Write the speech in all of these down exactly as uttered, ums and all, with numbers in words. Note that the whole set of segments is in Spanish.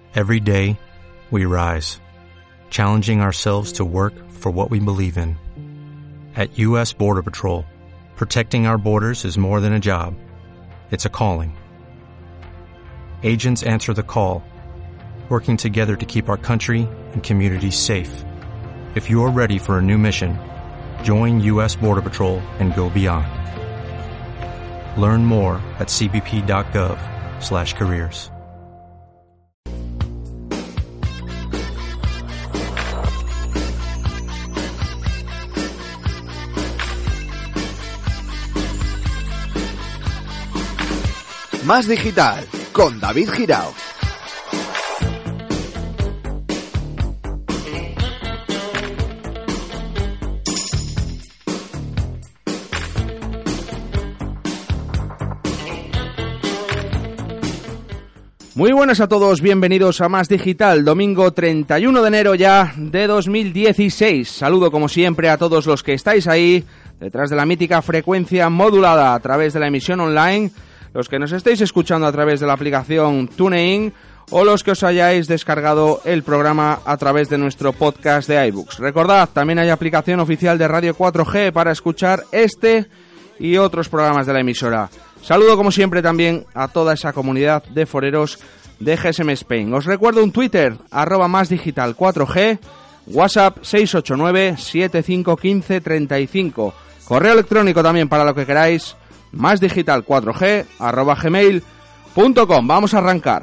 Every day, we rise, challenging ourselves to work for what we believe in. At U S Border Patrol, protecting our borders is more than a job. It's a calling. Agents answer the call, working together to keep our country and communities safe. If you are ready for a new mission, join U S Border Patrol and go beyond. Learn more at c b p dot gov slash careers. Más Digital, con David Girao. Muy buenas a todos, bienvenidos a Más Digital, domingo treinta y uno de enero ya de dos mil dieciséis. Saludo como siempre a todos los que estáis ahí, detrás de la mítica frecuencia modulada a través de la emisión online, los que nos estéis escuchando a través de la aplicación TuneIn o los que os hayáis descargado el programa a través de nuestro podcast de iBooks. Recordad, también hay aplicación oficial de Radio cuatro G para escuchar este y otros programas de la emisora. Saludo como siempre también a toda esa comunidad de foreros de G S M Spain. Os recuerdo un Twitter, arroba más digital cuatro G, WhatsApp seis ocho nueve, siete cinco uno cinco, tres cinco, correo electrónico también para lo que queráis, másdigital cuatro G, arroba gmail punto com. Vamos a arrancar.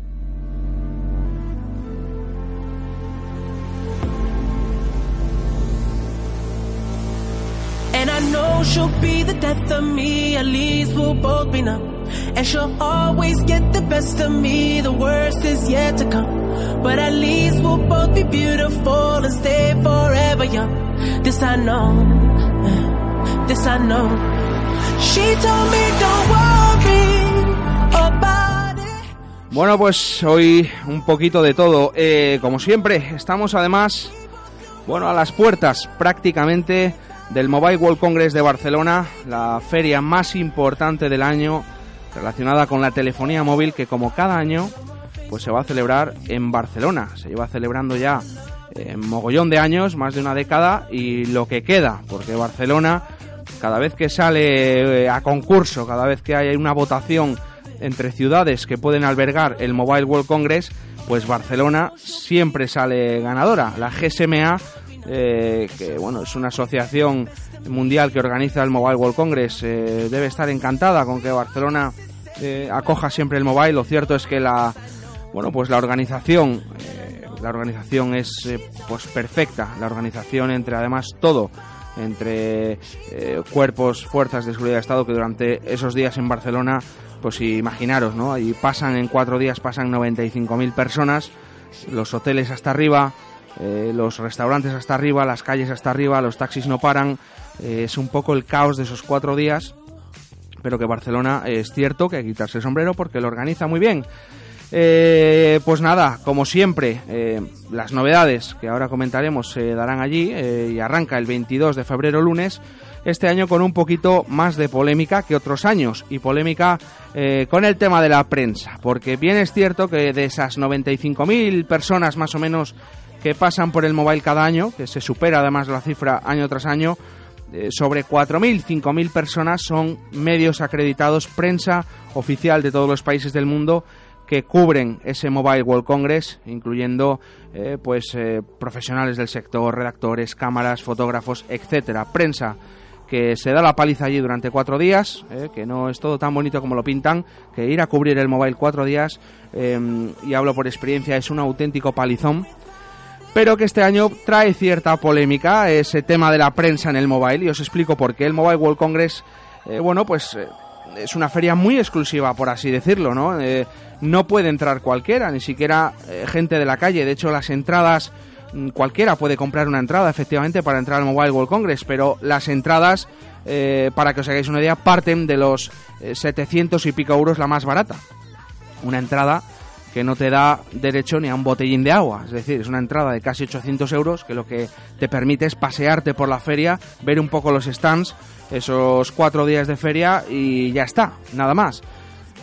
And I know she'll be the death of me, at least we'll both be numb. And she'll always get the best of me, the worst is yet to come. But at least we'll both be beautiful and stay forever young. This I know, this I know. She told me don't worry about it. Bueno, pues hoy un poquito de todo. Eh, como siempre, estamos además, bueno, a las puertas prácticamente del Mobile World Congress de Barcelona, la feria más importante del año relacionada con la telefonía móvil, que como cada año pues se va a celebrar en Barcelona. Se lleva celebrando ya en mogollón de años, más de una década, y lo que queda, porque Barcelona, cada vez que sale a concurso, cada vez que hay una votación entre ciudades que pueden albergar el Mobile World Congress, pues Barcelona siempre sale ganadora. La G S M A, Eh, que bueno, es una asociación mundial que organiza el Mobile World Congress, eh, debe estar encantada con que Barcelona eh, acoja siempre el mobile. Lo cierto es que la bueno pues la organización eh, la organización es eh, pues perfecta, la organización entre además todo entre eh, cuerpos, fuerzas de seguridad de Estado, que durante esos días en Barcelona, pues imaginaros, ¿no? Ahí pasan en cuatro días pasan noventa y cinco mil personas, los hoteles hasta arriba, Eh, los restaurantes hasta arriba, las calles hasta arriba, los taxis no paran. Eh, es un poco el caos de esos cuatro días, pero que Barcelona eh, es cierto que hay que quitarse el sombrero porque lo organiza muy bien. Eh, pues nada, como siempre, eh, las novedades que ahora comentaremos se darán allí, eh, y arranca el veintidós de febrero, lunes, este año con un poquito más de polémica que otros años, y polémica eh, con el tema de la prensa, porque bien es cierto que de esas noventa y cinco mil personas más o menos que pasan por el mobile cada año, que se supera además la cifra año tras año, eh, sobre cuatro mil, cinco mil personas son medios acreditados, prensa oficial de todos los países del mundo que cubren ese Mobile World Congress, incluyendo eh, pues eh, profesionales del sector, redactores, cámaras, fotógrafos, etcétera. Prensa que se da la paliza allí durante cuatro días, eh, que no es todo tan bonito como lo pintan, que ir a cubrir el mobile cuatro días, eh, y hablo por experiencia, es un auténtico palizón. Pero que este año trae cierta polémica ese tema de la prensa en el mobile, y os explico por qué. El Mobile World Congress, eh, bueno, pues eh, es una feria muy exclusiva, por así decirlo, ¿no? Eh, no puede entrar cualquiera, ni siquiera eh, gente de la calle. De hecho, las entradas, cualquiera puede comprar una entrada, efectivamente, para entrar al Mobile World Congress, pero las entradas, eh, para que os hagáis una idea, parten de los eh, setecientos y pico euros la más barata. Una entrada que no te da derecho ni a un botellín de agua, es decir, es una entrada de casi ochocientos euros que lo que te permite es pasearte por la feria, ver un poco los stands, esos cuatro días de feria y ya está, nada más.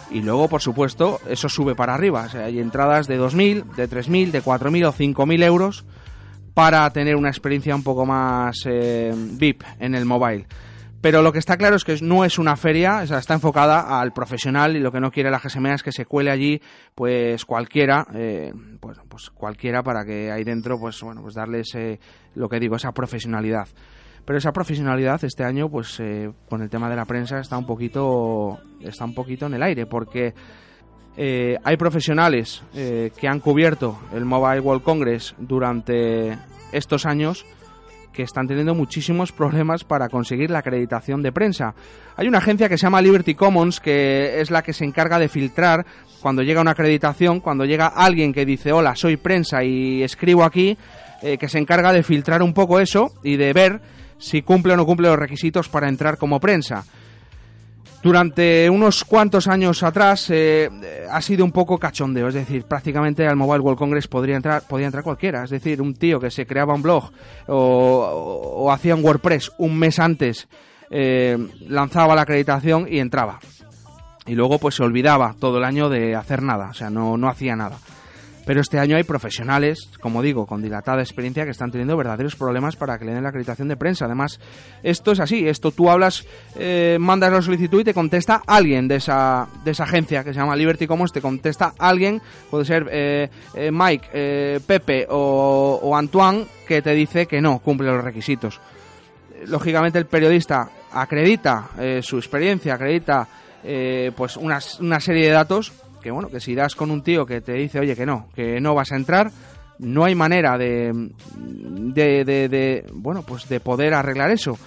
Y luego, por supuesto, eso sube para arriba. O sea, hay entradas de dos mil, de tres mil, de cuatro mil o cinco mil euros para tener una experiencia un poco más eh, V I P en el mobile. Pero lo que está claro es que no es una feria, o sea, está enfocada al profesional, y lo que no quiere la G S M A es que se cuele allí pues cualquiera, eh, pues, pues cualquiera para que ahí dentro pues bueno pues darles eh, lo que digo, esa profesionalidad. Pero esa profesionalidad este año pues eh, con el tema de la prensa está un poquito está un poquito en el aire, porque eh, hay profesionales eh, que han cubierto el Mobile World Congress durante estos años que están teniendo muchísimos problemas para conseguir la acreditación de prensa. Hay una agencia que se llama Liberty Commons, que es la que se encarga de filtrar cuando llega una acreditación, cuando llega alguien que dice hola, soy prensa y escribo aquí, eh, que se encarga de filtrar un poco eso y de ver si cumple o no cumple los requisitos para entrar como prensa. Durante unos cuantos años atrás eh, ha sido un poco cachondeo, es decir, prácticamente al Mobile World Congress podría entrar, podía entrar cualquiera, es decir, un tío que se creaba un blog o, o, o hacía un WordPress un mes antes, eh, lanzaba la acreditación y entraba. Y luego pues se olvidaba todo el año de hacer nada, o sea, no, no hacía nada. Pero este año hay profesionales, como digo, con dilatada experiencia, que están teniendo verdaderos problemas para que le den la acreditación de prensa. Además, esto es así, esto tú hablas, eh, mandas la solicitud y te contesta alguien de esa de esa agencia que se llama Liberty Commons, te contesta alguien, puede ser eh, eh, Mike, eh, Pepe o, o Antoine, que te dice que no cumple los requisitos. Lógicamente el periodista acredita eh, su experiencia, acredita eh, pues una, una serie de datos, que bueno, que si das con un tío que te dice, oye, que no, que no vas a entrar, no hay manera de, de, de, de bueno, pues de poder arreglar eso.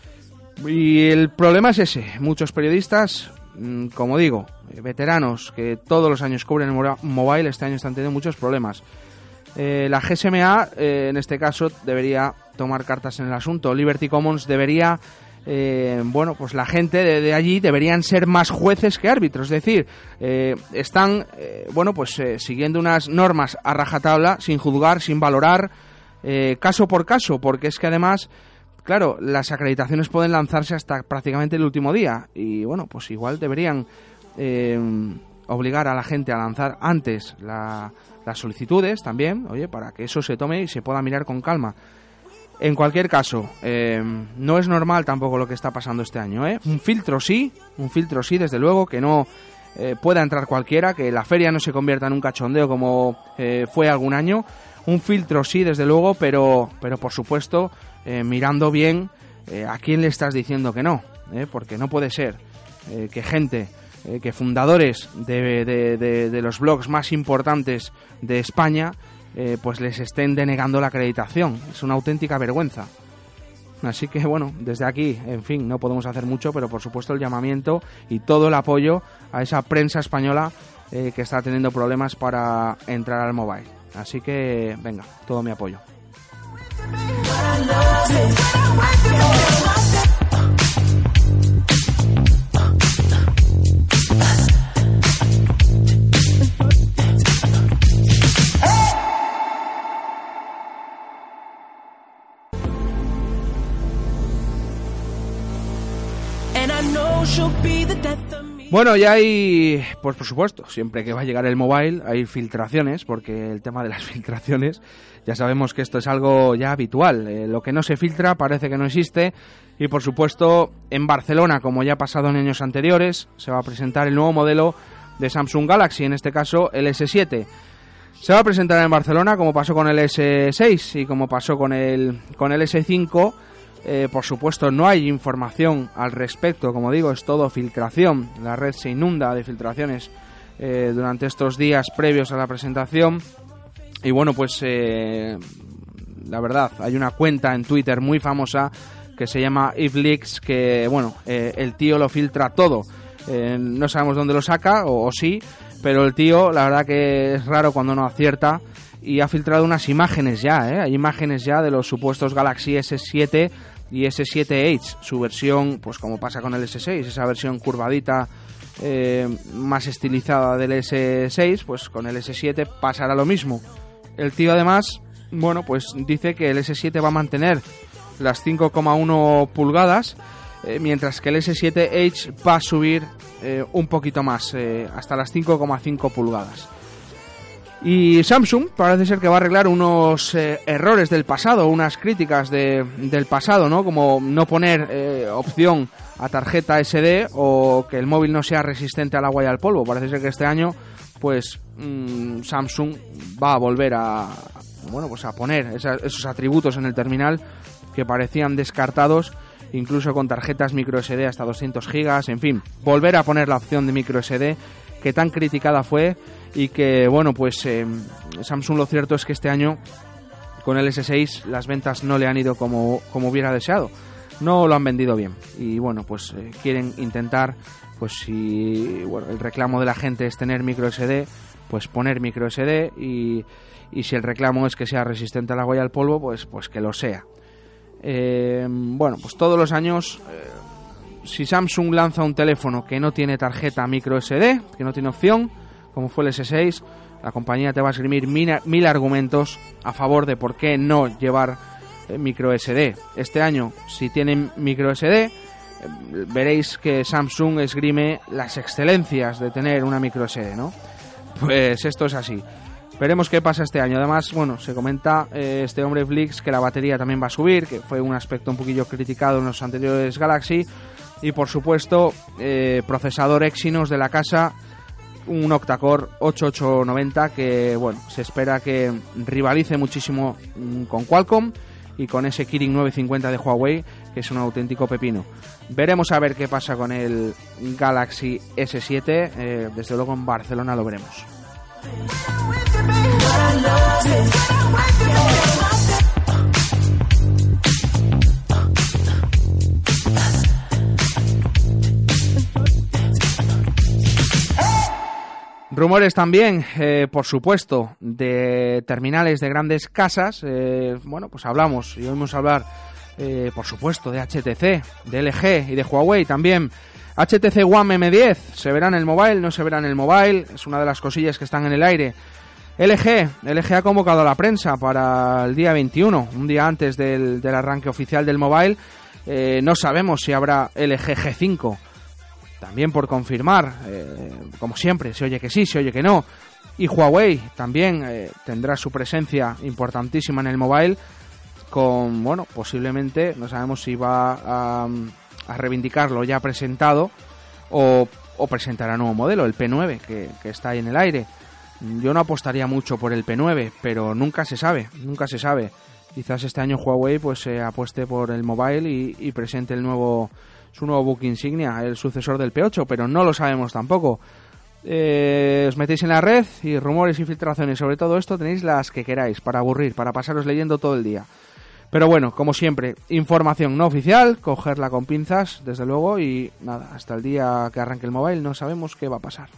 Y el problema es ese, muchos periodistas, como digo, veteranos, que todos los años cubren el mobile, este año están teniendo muchos problemas. Eh, la G S M A, eh, en este caso, debería tomar cartas en el asunto. Liberty Commons debería... Eh, bueno, pues la gente de, de allí deberían ser más jueces que árbitros, es decir, eh, están, eh, bueno, pues eh, siguiendo unas normas a rajatabla, sin juzgar, sin valorar, eh, caso por caso, porque es que además, claro, las acreditaciones pueden lanzarse hasta prácticamente el último día, y bueno, pues igual deberían eh, obligar a la gente a lanzar antes la, las solicitudes también, oye, para que eso se tome y se pueda mirar con calma. En cualquier caso, eh, no es normal tampoco lo que está pasando este año, ¿eh? Un filtro sí, un filtro sí, desde luego, que no eh, pueda entrar cualquiera, que la feria no se convierta en un cachondeo como eh, fue algún año. Un filtro sí, desde luego, pero, pero por supuesto, eh, mirando bien eh, a quién le estás diciendo que no, ¿eh? Porque no puede ser eh, que gente, eh, que fundadores de, de, de, de los blogs más importantes de España, Eh, pues les estén denegando la acreditación. Es una auténtica vergüenza. Así que bueno, desde aquí, en fin, no podemos hacer mucho, pero por supuesto el llamamiento y todo el apoyo a esa prensa española eh, que está teniendo problemas para entrar al mobile. Así que venga, todo mi apoyo. Bueno, ya hay, pues por supuesto, siempre que va a llegar el mobile hay filtraciones, porque el tema de las filtraciones, ya sabemos que esto es algo ya habitual. Eh, lo que no se filtra parece que no existe, y por supuesto en Barcelona, como ya ha pasado en años anteriores, se va a presentar el nuevo modelo de Samsung Galaxy, en este caso el ese siete. Se va a presentar en Barcelona, como pasó con el ese seis y como pasó con el, con el ese cinco. Eh, por supuesto no hay información al respecto, como digo, es todo filtración. La red se inunda de filtraciones eh, durante estos días previos a la presentación. Y bueno, pues eh, la verdad, hay una cuenta en Twitter muy famosa que se llama IfLeaks, que bueno, eh, el tío lo filtra todo. Eh, no sabemos dónde lo saca, o, o sí, pero el tío, la verdad que es raro cuando no acierta, y ha filtrado unas imágenes ya, ¿eh? Hay imágenes ya de los supuestos Galaxy ese siete y ese siete Edge, su versión, pues como pasa con el ese seis, esa versión curvadita, eh, más estilizada del ese seis, pues con el ese siete pasará lo mismo. El tío además, bueno, pues dice que el ese siete va a mantener las cinco coma uno pulgadas, eh, mientras que el ese siete Edge va a subir eh, un poquito más, eh, hasta las cinco coma cinco pulgadas. Y Samsung parece ser que va a arreglar unos eh, errores del pasado, unas críticas de, del pasado, ¿no? Como no poner eh, opción a tarjeta ese de o que el móvil no sea resistente al agua y al polvo. Parece ser que este año, pues mmm, Samsung va a volver a, bueno, pues a poner esa, esos atributos en el terminal que parecían descartados, incluso con tarjetas micro ese de hasta doscientos gigas, en fin, volver a poner la opción de micro ese de que tan criticada fue. Y que, bueno, pues eh, Samsung lo cierto es que este año con el ese seis las ventas no le han ido como, como hubiera deseado. No lo han vendido bien. Y bueno, pues eh, quieren intentar, pues si bueno, el reclamo de la gente es tener micro ese de, pues poner micro ese de y, y si el reclamo es que sea resistente al agua y al polvo, pues, pues que lo sea. Eh, bueno, pues todos los años, eh, si Samsung lanza un teléfono que no tiene tarjeta micro ese de, que no tiene opción, como fue el ese seis, la compañía te va a esgrimir mil, mil argumentos a favor de por qué no llevar eh, micro ese de. Este año, si tienen micro ese de, eh, veréis que Samsung esgrime las excelencias de tener una micro ese de, ¿no? Pues esto es así. Veremos qué pasa este año. Además, bueno, se comenta eh, este hombre Flix que la batería también va a subir, que fue un aspecto un poquillo criticado en los anteriores Galaxy. Y por supuesto, eh, procesador Exynos de la casa, un octa-core ochenta y ocho noventa que, bueno, se espera que rivalice muchísimo con Qualcomm y con ese Kirin novecientos cincuenta de Huawei, que es un auténtico pepino. Veremos a ver qué pasa con el Galaxy ese siete, eh, desde luego en Barcelona lo veremos. Rumores también, eh, por supuesto, de terminales de grandes casas. Eh, bueno, pues hablamos y oímos hablar, eh, por supuesto, de H T C, de L G y de Huawei también. H T C One eme diez, ¿se verá en el mobile? ¿No se verá en el mobile? Es una de las cosillas que están en el aire. L G, L G ha convocado a la prensa para el día veintiuno, un día antes del, del arranque oficial del mobile. Eh, no sabemos si habrá L G G cinco. También por confirmar, eh, como siempre, se oye que sí, se oye que no. Y Huawei también eh, tendrá su presencia importantísima en el mobile con, bueno, posiblemente, no sabemos si va a, a reivindicarlo ya presentado o, o presentará nuevo modelo, el P nueve, que, que está ahí en el aire. Yo no apostaría mucho por el P nueve, pero nunca se sabe, nunca se sabe. Quizás este año Huawei pues eh, apueste por el mobile y, y presente el nuevo... su nuevo buque insignia, el sucesor del P ocho, pero no lo sabemos tampoco. Eh, os metéis en la red y rumores y filtraciones sobre todo esto tenéis las que queráis, para aburrir, para pasaros leyendo todo el día. Pero bueno, como siempre, información no oficial, cogerla con pinzas, desde luego, y nada, hasta el día que arranque el mobile no sabemos qué va a pasar.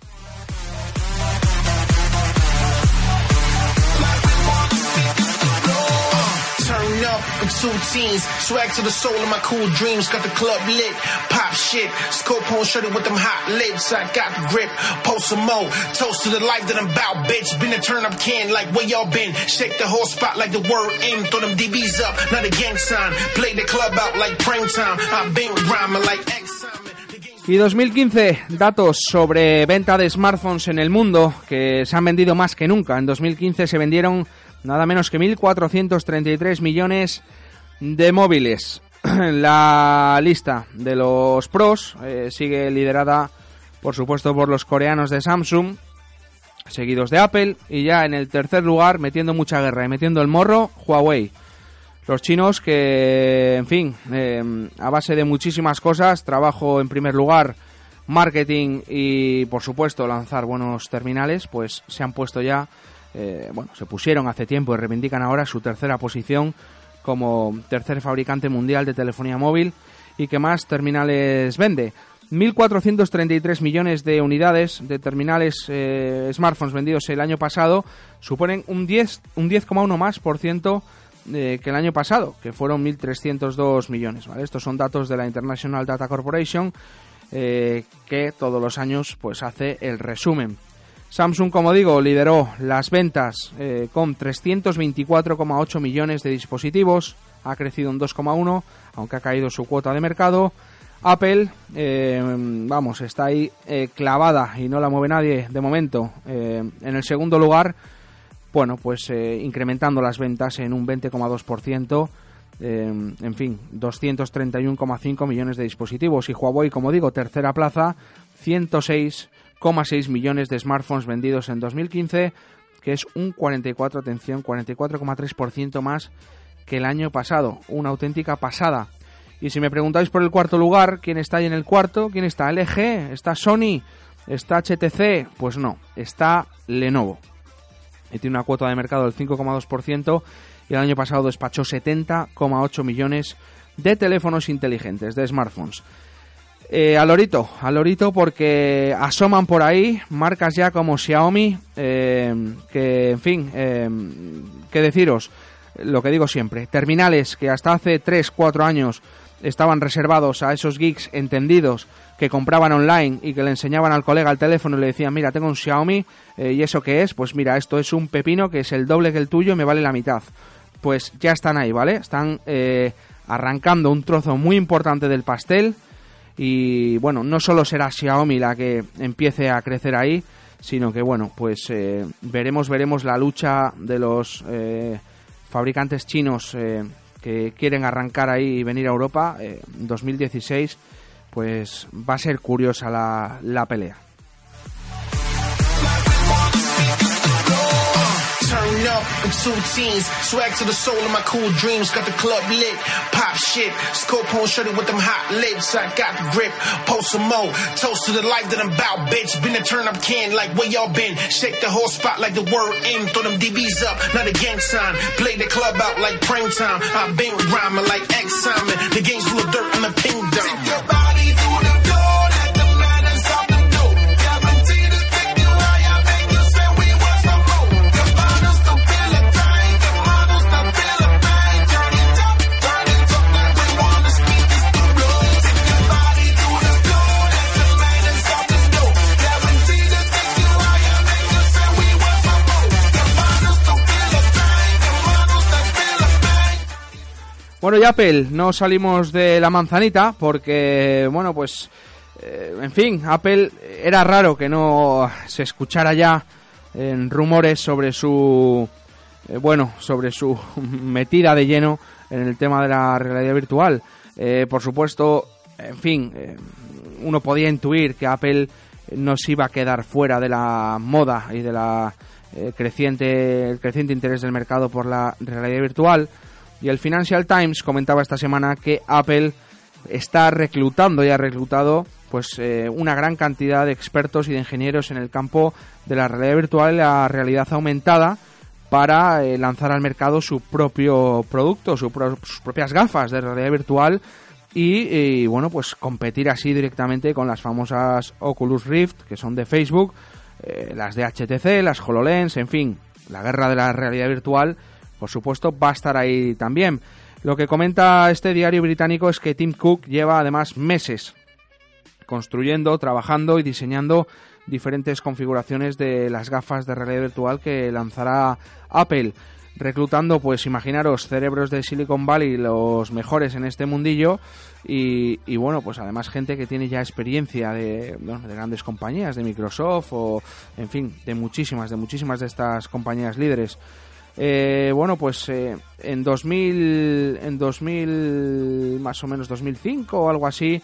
Turn up in two teens, swag to the soul of my cool dreams, got the club lit, pop shit, scope on shorty with them hot lips, I got the grip, post some more, toast to the life that I'm about, bitch, been a turn up can like where y'all been, shake the whole spot like the word in, throw them D Bs up, not a gang sign, play the club out like prime time, I've been rhyming like X-Simon. Y dos mil quince, datos sobre venta de smartphones en el mundo, que se han vendido más que nunca. En dos mil quince se vendieron nada menos que mil cuatrocientos treinta y tres millones de móviles. La lista de los pros eh, sigue liderada, por supuesto, por los coreanos de Samsung, seguidos de Apple, y ya en el tercer lugar, metiendo mucha guerra y metiendo el morro, Huawei. Los chinos que, en fin, eh, a base de muchísimas cosas, trabajo en primer lugar, marketing y, por supuesto, lanzar buenos terminales, pues se han puesto ya, eh, bueno, se pusieron hace tiempo y reivindican ahora su tercera posición como tercer fabricante mundial de telefonía móvil y que más terminales vende. mil cuatrocientos treinta y tres millones de unidades de terminales eh, smartphones vendidos el año pasado suponen un diez coma uno más por ciento Eh, que el año pasado, que fueron mil trescientos dos millones, ¿vale? Estos son datos de la International Data Corporation, eh, que todos los años pues hace el resumen. Samsung, como digo, lideró las ventas eh, con trescientos veinticuatro coma ocho millones de dispositivos, ha crecido un dos coma uno, aunque ha caído su cuota de mercado. Apple, eh, vamos, está ahí eh, clavada y no la mueve nadie de momento. Eh, en el segundo lugar, bueno, pues eh, incrementando las ventas en un veinte coma dos por ciento. Eh, en fin, doscientos treinta y uno coma cinco millones de dispositivos. Y Huawei, como digo, tercera plaza, ciento seis coma seis millones de smartphones vendidos en dos mil quince, que es un cuarenta y cuatro, atención, cuarenta y cuatro coma tres por ciento más que el año pasado. Una auténtica pasada. Y si me preguntáis por el cuarto lugar, ¿quién está ahí en el cuarto? ¿Quién está? ¿L G? ¿Está Sony? ¿Está H T C? Pues no, está Lenovo. Y tiene una cuota de mercado del cinco coma dos por ciento y el año pasado despachó setenta coma ocho millones de teléfonos inteligentes, de smartphones. Eh, al lorito, al lorito porque asoman por ahí marcas ya como Xiaomi, eh, que en fin, eh, qué deciros, lo que digo siempre, terminales que hasta hace tres cuatro años estaban reservados a esos geeks entendidos que compraban online y que le enseñaban al colega el teléfono y le decían, mira, tengo un Xiaomi, eh, ¿y eso qué es? Pues mira, esto es un pepino que es el doble que el tuyo y me vale la mitad. Pues ya están ahí, ¿vale? Están eh, arrancando un trozo muy importante del pastel y, bueno, no solo será Xiaomi la que empiece a crecer ahí, sino que, bueno, pues eh, veremos, veremos la lucha de los eh, fabricantes chinos eh, que quieren arrancar ahí y venir a Europa en eh, dos mil dieciséis, pues va a ser curiosa la, la pelea. Turn up in two teens, swag to the soul of my cool dreams, got the club lit, pop shit, scope on shorty with them hot lips, I got the grip, post some more, toast to the life that I'm about, bitch, been a turn up can like where y'all been, shake the whole spot like the word in, throw them D Bs up, not a gang sign, play the club out like prime time, I've been rhyming like X Simon, the game's full of dirt and the ping dome. Take your body through the door, let the man inside the door, guarantee to take you higher, make you say we want some more. Bueno, y Apple, no salimos de la manzanita porque, bueno, pues, eh, en fin, Apple era raro que no se escuchara ya en rumores sobre su, eh, bueno, sobre su metida de lleno en el tema de la realidad virtual. Eh, por supuesto, en fin, eh, uno podía intuir que Apple no se iba a quedar fuera de la moda y de la eh, creciente, el creciente interés del mercado por la realidad virtual. Y el Financial Times comentaba esta semana que Apple está reclutando y ha reclutado pues eh, una gran cantidad de expertos y de ingenieros en el campo de la realidad virtual y la realidad aumentada para eh, lanzar al mercado su propio producto, su pro- sus propias gafas de realidad virtual y, y bueno, pues competir así directamente con las famosas Oculus Rift, que son de Facebook, eh, las de H T C, las HoloLens, en fin, la guerra de la realidad virtual, por supuesto, va a estar ahí también. Lo que comenta este diario británico es que Tim Cook lleva además meses construyendo, trabajando y diseñando diferentes configuraciones de las gafas de realidad virtual que lanzará Apple, reclutando, pues imaginaros, cerebros de Silicon Valley, los mejores en este mundillo y, y bueno, pues además gente que tiene ya experiencia de, bueno, de grandes compañías, de Microsoft o, en fin, de muchísimas, de muchísimas de estas compañías líderes. Eh, bueno, pues eh, en dos mil, en dos mil, más o menos dos mil cinco o algo así,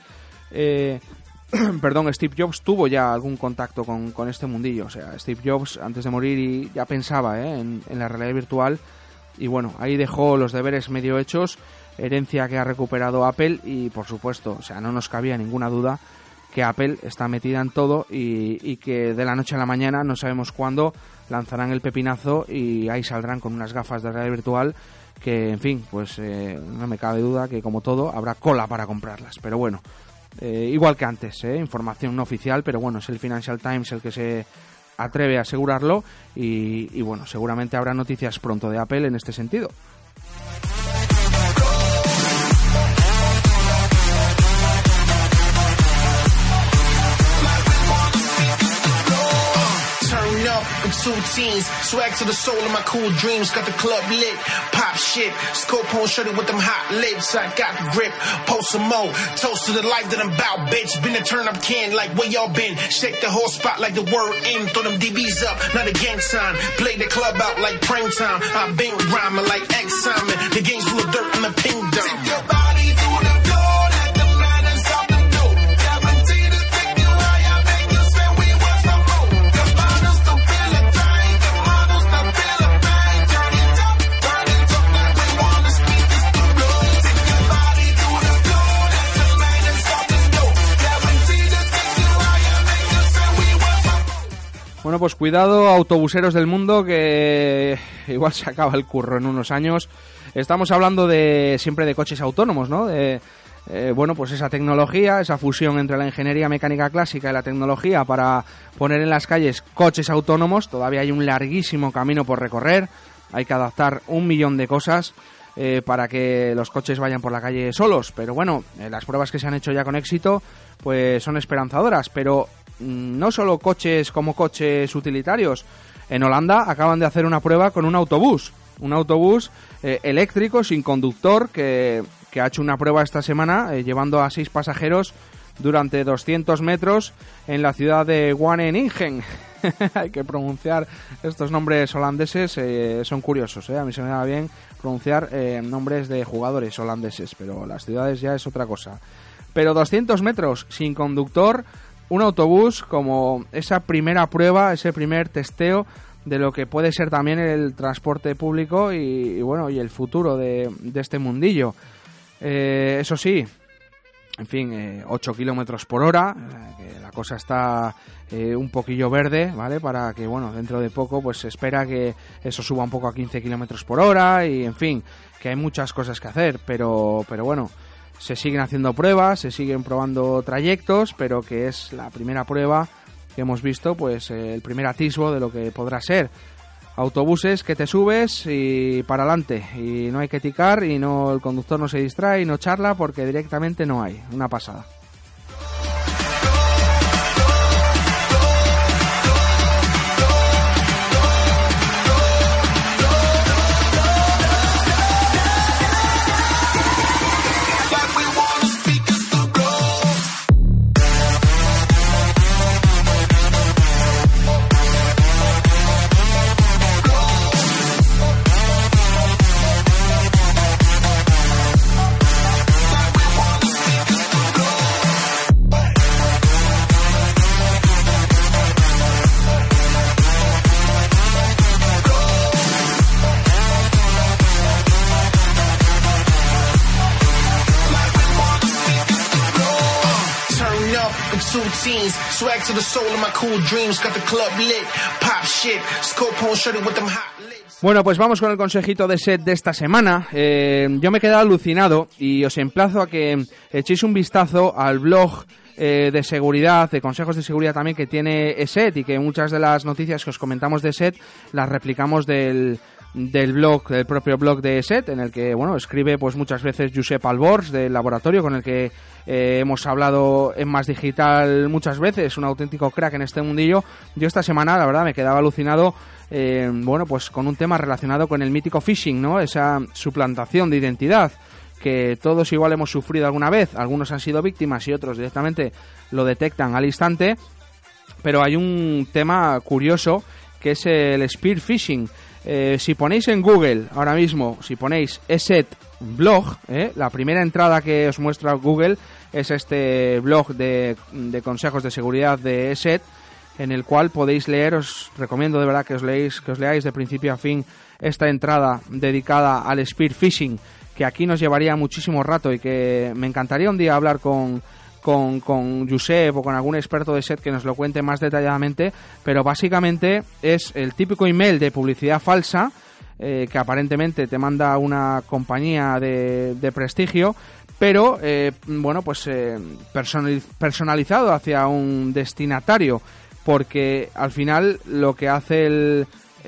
eh, perdón, Steve Jobs tuvo ya algún contacto con, con este mundillo. O sea, Steve Jobs antes de morir y ya pensaba eh, en, en la realidad virtual y bueno, ahí dejó los deberes medio hechos, herencia que ha recuperado Apple y por supuesto, o sea, no nos cabía ninguna duda que Apple está metida en todo y, y que de la noche a la mañana, no sabemos cuándo, lanzarán el pepinazo y ahí saldrán con unas gafas de realidad virtual que, en fin, pues eh, no me cabe duda que como todo habrá cola para comprarlas, pero bueno, eh, igual que antes, eh, información no oficial, pero bueno, es el Financial Times el que se atreve a asegurarlo y, y bueno, seguramente habrá noticias pronto de Apple en este sentido. two two teens. Swag to the soul of my cool dreams. Got the club lit. Pop shit. Scope on shorty with them hot lips. I got the grip. Post some more. Toast to the life that I'm about, bitch. Been a turn up can like where y'all been. Shake the whole spot like the word in. Throw them D Bs up. Not a gang sign. Play the club out like prime time. I been rhyming like X Simon. The game's full of dirt in the pink dome. Take your body through the floor. Let the man inside the door. Guaranteed to take you higher. Make you say we want some more. The models don't feel a thing. The models don't feel a thing. Turn it up, turn it up like we wanna speak this to blow. Take your body through the floor. Let the man inside the door. Guaranteed to take you higher. Make you say we want some more. Bueno, pues cuidado, autobuseros del mundo, que igual se acaba el curro en unos años. Estamos hablando de siempre de coches autónomos, ¿no? De, eh, bueno, pues esa tecnología, esa fusión entre la ingeniería mecánica clásica y la tecnología para poner en las calles coches autónomos. Todavía hay un larguísimo camino por recorrer. Hay que adaptar un millón de cosas eh, para que los coches vayan por la calle solos. Pero bueno, eh, las pruebas que se han hecho ya con éxito pues son esperanzadoras. Pero mmm, no solo coches como coches utilitarios. En Holanda acaban de hacer una prueba con un autobús. Un autobús eh, eléctrico sin conductor que, que ha hecho una prueba esta semana eh, llevando a seis pasajeros durante doscientos metros en la ciudad de Wageningen. Hay que pronunciar estos nombres holandeses, eh, son curiosos, ¿eh? A mí se me da bien pronunciar eh, nombres de jugadores holandeses, pero las ciudades ya es otra cosa. Pero doscientos metros sin conductor, un autobús como esa primera prueba, ese primer testeo de lo que puede ser también el transporte público y, y bueno, y el futuro de, de este mundillo. Eh, eso sí, en fin, eh, ocho kilómetros por hora, eh, que la cosa está eh, un poquillo verde, ¿vale? Para que, bueno, dentro de poco pues se espera que eso suba un poco a quince kilómetros por hora y, en fin, que hay muchas cosas que hacer, pero, pero bueno, se siguen haciendo pruebas, se siguen probando trayectos, pero que es la primera prueba que hemos visto, pues eh, el primer atisbo de lo que podrá ser. Autobuses que te subes y para adelante, y no hay que ticar, y no el conductor no se distrae y no charla porque directamente no hay. Una pasada. Swag to the soul of my cool dreams. Got the club lit. Pop shit. Scope on shorty with them hot lips. Bueno, pues vamos con el consejito de set de esta semana. Eh, yo me he quedado alucinado y os emplazo a que echéis un vistazo al blog eh, de seguridad, de consejos de seguridad también que tiene ESET, y que muchas de las noticias que os comentamos de ESET las replicamos del del blog, del propio blog de ESET, en el que, bueno, escribe pues muchas veces Josep Albors, del laboratorio con el que eh, hemos hablado en Más Digital muchas veces, un auténtico crack en este mundillo. Yo esta semana, la verdad, me quedaba alucinado, eh, bueno, pues con un tema relacionado con el mítico phishing, ¿no? Esa suplantación de identidad que todos igual hemos sufrido alguna vez, algunos han sido víctimas y otros directamente lo detectan al instante, pero hay un tema curioso que es el spear phishing. Eh, si ponéis en Google ahora mismo, si ponéis ESET blog, eh, la primera entrada que os muestra Google es este blog de, de consejos de seguridad de ESET, en el cual podéis leer, os recomiendo de verdad que os leáis, que os leáis de principio a fin esta entrada dedicada al spear phishing, que aquí nos llevaría muchísimo rato y que me encantaría un día hablar con Con, con Josep o con algún experto de ESET que nos lo cuente más detalladamente, pero básicamente es el típico email de publicidad falsa eh, que aparentemente te manda una compañía de, de prestigio, pero eh, bueno, pues eh, personalizado hacia un destinatario, porque al final lo que hace el,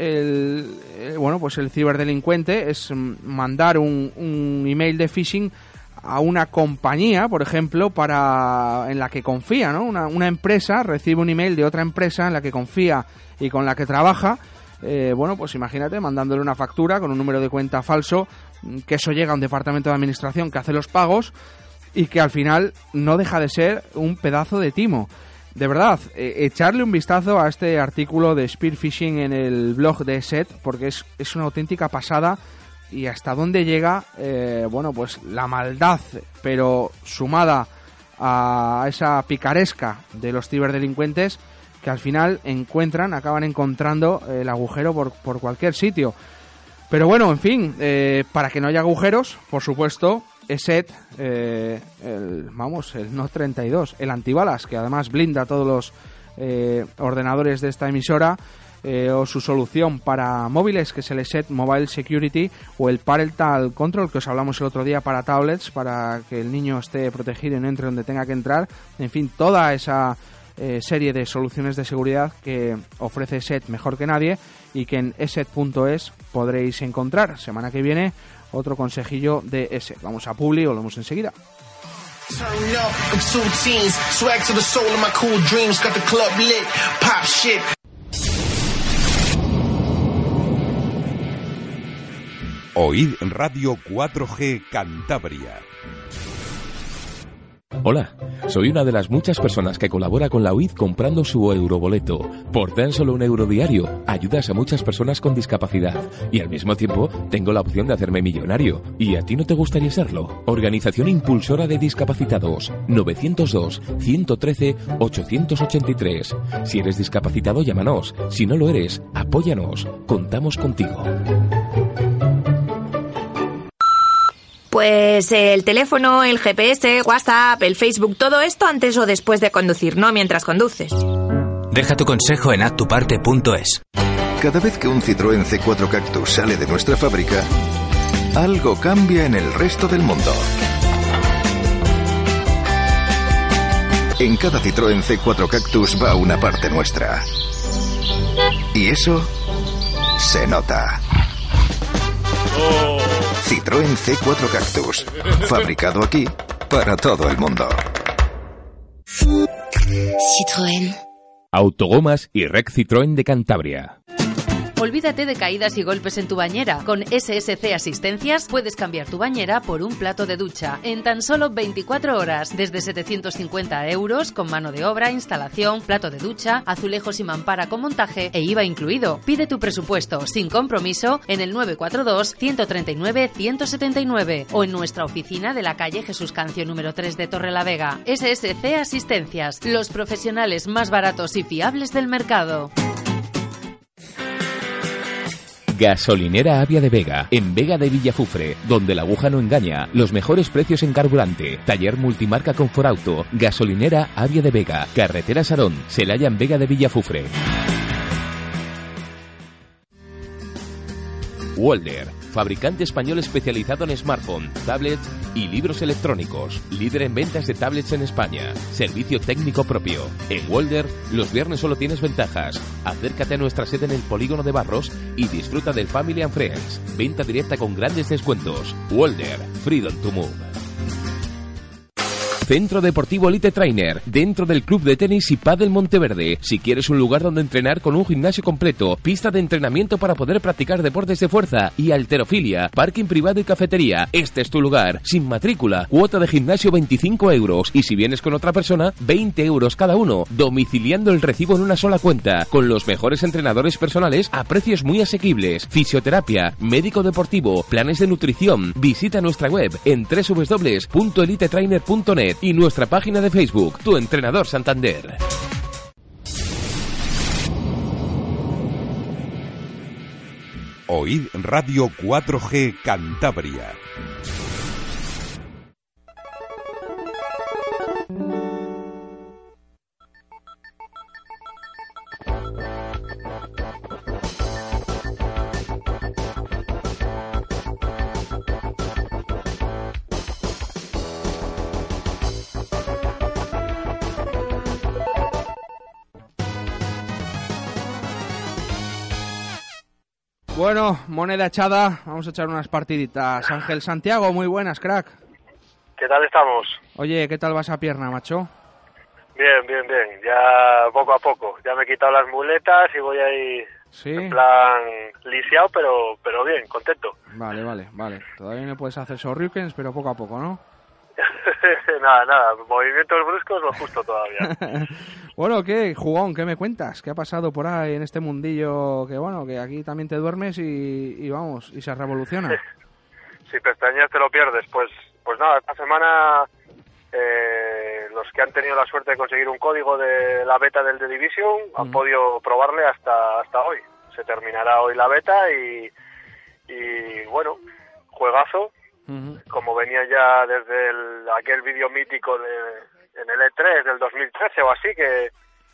el, el bueno, pues el ciberdelincuente es mandar un, un email de phishing a una compañía, por ejemplo, para en la que confía, ¿no? Una, una empresa recibe un email de otra empresa en la que confía y con la que trabaja. Eh, bueno, pues imagínate, mandándole una factura con un número de cuenta falso, que eso llega a un departamento de administración que hace los pagos y que al final no deja de ser un pedazo de timo. De verdad, eh, echarle un vistazo a este artículo de Spear Phishing en el blog de ESET, porque es, es una auténtica pasada. Y hasta dónde llega, eh, bueno, pues la maldad, pero sumada a esa picaresca de los ciberdelincuentes que al final encuentran, acaban encontrando el agujero por, por cualquier sitio. Pero bueno, en fin, eh, para que no haya agujeros, por supuesto, ESET, eh, el, vamos, el Note treinta y dos, el antibalas, que además blinda todos los eh, ordenadores de esta emisora, Eh, o su solución para móviles, que es el ESET Mobile Security, o el Parental Control, que os hablamos el otro día para tablets, para que el niño esté protegido y no entre donde tenga que entrar. En fin, toda esa eh, serie de soluciones de seguridad que ofrece ESET mejor que nadie y que en eset punto es podréis encontrar. Semana que viene otro consejillo de ESET. Vamos a Publi, volvemos enseguida. Turn up, I'm two teens, swag to the soul of my cool dreams, got the club lit, pop shit. Oíd Radio cuatro G Cantabria. Hola, soy una de las muchas personas que colabora con la O I D comprando su euroboleto. Por tan solo un euro diario, ayudas a muchas personas con discapacidad y al mismo tiempo tengo la opción de hacerme millonario. ¿Y a ti no te gustaría serlo? Organización Impulsora de Discapacitados, nueve cero dos, uno uno tres, ocho ocho tres. Si eres discapacitado, llámanos. Si no lo eres, apóyanos. Contamos contigo. Pues el teléfono, el G P S, WhatsApp, el Facebook, todo esto antes o después de conducir, no mientras conduces. Deja tu consejo en haz tu parte punto es. Cada vez que un Citroën C cuatro Cactus sale de nuestra fábrica, algo cambia en el resto del mundo. En cada Citroën C cuatro Cactus va una parte nuestra. Y eso se nota. Oh. Citroën C cuatro Cactus, fabricado aquí para todo el mundo. Citroën. Autogomas y Rec Citroën de Cantabria. Olvídate de caídas y golpes en tu bañera. Con S S C Asistencias puedes cambiar tu bañera por un plato de ducha en tan solo veinticuatro horas, desde setecientos cincuenta euros con mano de obra, instalación, plato de ducha, azulejos y mampara con montaje e I V A incluido. Pide tu presupuesto sin compromiso en el nueve cuatro dos, uno tres nueve, uno siete nueve o en nuestra oficina de la calle Jesús Cancio número tres de Torrelavega. S S C Asistencias, los profesionales más baratos y fiables del mercado. Gasolinera Avia de Vega, en Vega de Villafufre, donde la aguja no engaña, los mejores precios en carburante, taller multimarca Conforauto, Gasolinera Avia de Vega, carretera Sarón, Celaya en Vega de Villafufre. Walder, fabricante español especializado en smartphone, tablets y libros electrónicos, líder en ventas de tablets en España, servicio técnico propio. En Walder, los viernes solo tienes ventajas. Acércate a nuestra sede en el Polígono de Barros y disfruta del Family and Friends. Venta directa con grandes descuentos. Walder, Freedom to Move. Centro Deportivo Elite Trainer, dentro del Club de Tenis y Pádel Monteverde. Si quieres un lugar donde entrenar con un gimnasio completo, pista de entrenamiento para poder practicar deportes de fuerza y halterofilia, parking privado y cafetería, este es tu lugar. Sin matrícula, cuota de gimnasio veinticinco euros y si vienes con otra persona, veinte euros cada uno, domiciliando el recibo en una sola cuenta, con los mejores entrenadores personales a precios muy asequibles, fisioterapia, médico deportivo, planes de nutrición. Visita nuestra web en doble u doble u doble u punto elite trainer punto net y nuestra página de Facebook, Tu Entrenador Santander. Oíd Radio cuatro G Cantabria. Bueno, moneda echada, vamos a echar unas partiditas. Ángel Santiago, muy buenas, crack. ¿Qué tal estamos? Oye, ¿qué tal va esa pierna, macho? Bien, bien, bien. Ya poco a poco. Ya me he quitado las muletas y voy ahí ¿Sí? en plan lisiado, pero pero bien, contento. Vale, vale, vale. Todavía no puedes hacer shorikens, pero poco a poco, ¿no? nada, nada. Movimientos bruscos, lo justo todavía. Bueno, ¿qué, jugón? ¿Qué me cuentas? ¿Qué ha pasado por ahí en este mundillo que, bueno, que aquí también te duermes y, y vamos, y se revoluciona? Si pestañeas te lo pierdes. Pues pues nada, esta semana eh, los que han tenido la suerte de conseguir un código de la beta del The Division uh-huh. han podido probarle hasta hasta hoy. Se terminará hoy la beta y, y bueno, juegazo. Uh-huh. Como venía ya desde el, aquel vídeo mítico de, en el E tres del dos mil trece o así, que,